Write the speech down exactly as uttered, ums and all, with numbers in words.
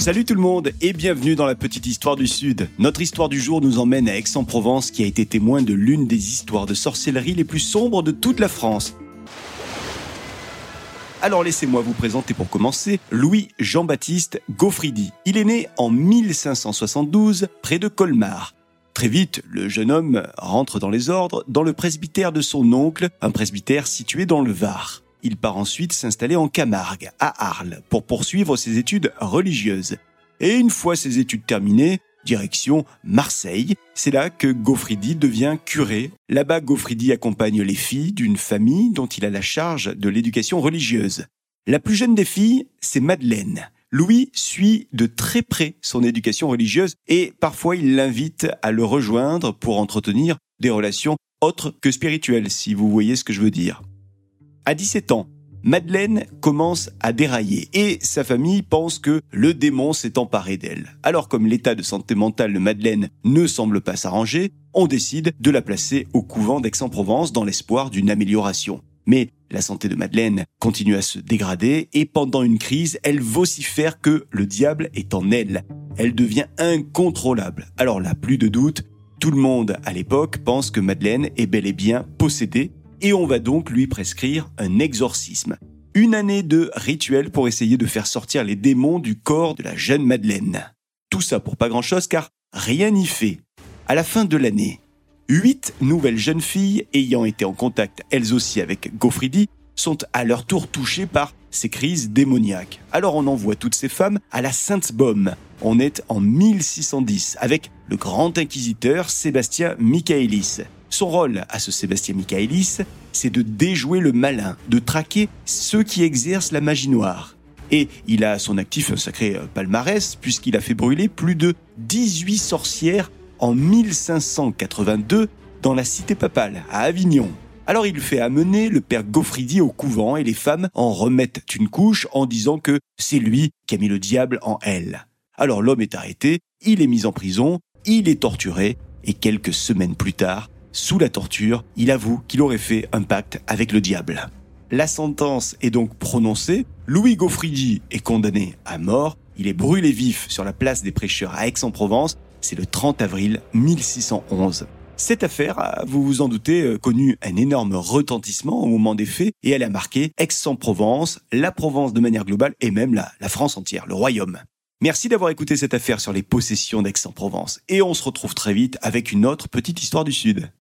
Salut tout le monde et bienvenue dans la petite histoire du Sud. Notre histoire du jour nous emmène à Aix-en-Provence qui a été témoin de l'une des histoires de sorcellerie les plus sombres de toute la France. Alors laissez-moi vous présenter pour commencer Louis Jean-Baptiste Gaufridi. Il est né en mille cinq cent soixante-douze près de Colmar. Très vite, le jeune homme rentre dans les ordres dans le presbytère de son oncle, un presbytère situé dans le Var. Il part ensuite s'installer en Camargue, à Arles, pour poursuivre ses études religieuses. Et une fois ses études terminées, direction Marseille. C'est là que Gaufridi devient curé. Là-bas, Gaufridi accompagne les filles d'une famille dont il a la charge de l'éducation religieuse. La plus jeune des filles, c'est Madeleine. Louis suit de très près son éducation religieuse et parfois il l'invite à le rejoindre pour entretenir des relations autres que spirituelles, si vous voyez ce que je veux dire. À dix-sept ans, Madeleine commence à dérailler et sa famille pense que le démon s'est emparé d'elle. Alors comme l'état de santé mentale de Madeleine ne semble pas s'arranger, on décide de la placer au couvent d'Aix-en-Provence dans l'espoir d'une amélioration. Mais la santé de Madeleine continue à se dégrader et pendant une crise, elle vocifère que le diable est en elle. Elle devient incontrôlable. Alors là, plus de doute, tout le monde à l'époque pense que Madeleine est bel et bien possédée et on va donc lui prescrire un exorcisme. Une année de rituel pour essayer de faire sortir les démons du corps de la jeune Madeleine. Tout ça pour pas grand-chose car rien n'y fait. À la fin de l'année, huit nouvelles jeunes filles ayant été en contact elles aussi avec Gaufridi sont à leur tour touchées par ces crises démoniaques. Alors on envoie toutes ces femmes à la Sainte-Baume. On est en mille six cent dix avec le grand inquisiteur Sébastien Michaélis. Son rôle à ce Sébastien Michaélis, c'est de déjouer le malin, de traquer ceux qui exercent la magie noire. Et il a à son actif un sacré palmarès puisqu'il a fait brûler plus de dix-huit sorcières en mille cinq cent quatre-vingt-deux dans la cité papale, à Avignon. Alors il fait amener le père Gaufridi au couvent et les femmes en remettent une couche en disant que c'est lui qui a mis le diable en elle. Alors l'homme est arrêté, il est mis en prison, il est torturé et quelques semaines plus tard, sous la torture, il avoue qu'il aurait fait un pacte avec le diable. La sentence est donc prononcée, Louis Gaufridi est condamné à mort, il est brûlé vif sur la place des prêcheurs à Aix-en-Provence, c'est le trente avril mille six cent onze. Cette affaire a, vous vous en doutez, connu un énorme retentissement au moment des faits et elle a marqué Aix-en-Provence, la Provence de manière globale et même la, la France entière, le royaume. Merci d'avoir écouté cette affaire sur les possessions d'Aix-en-Provence et on se retrouve très vite avec une autre petite histoire du Sud.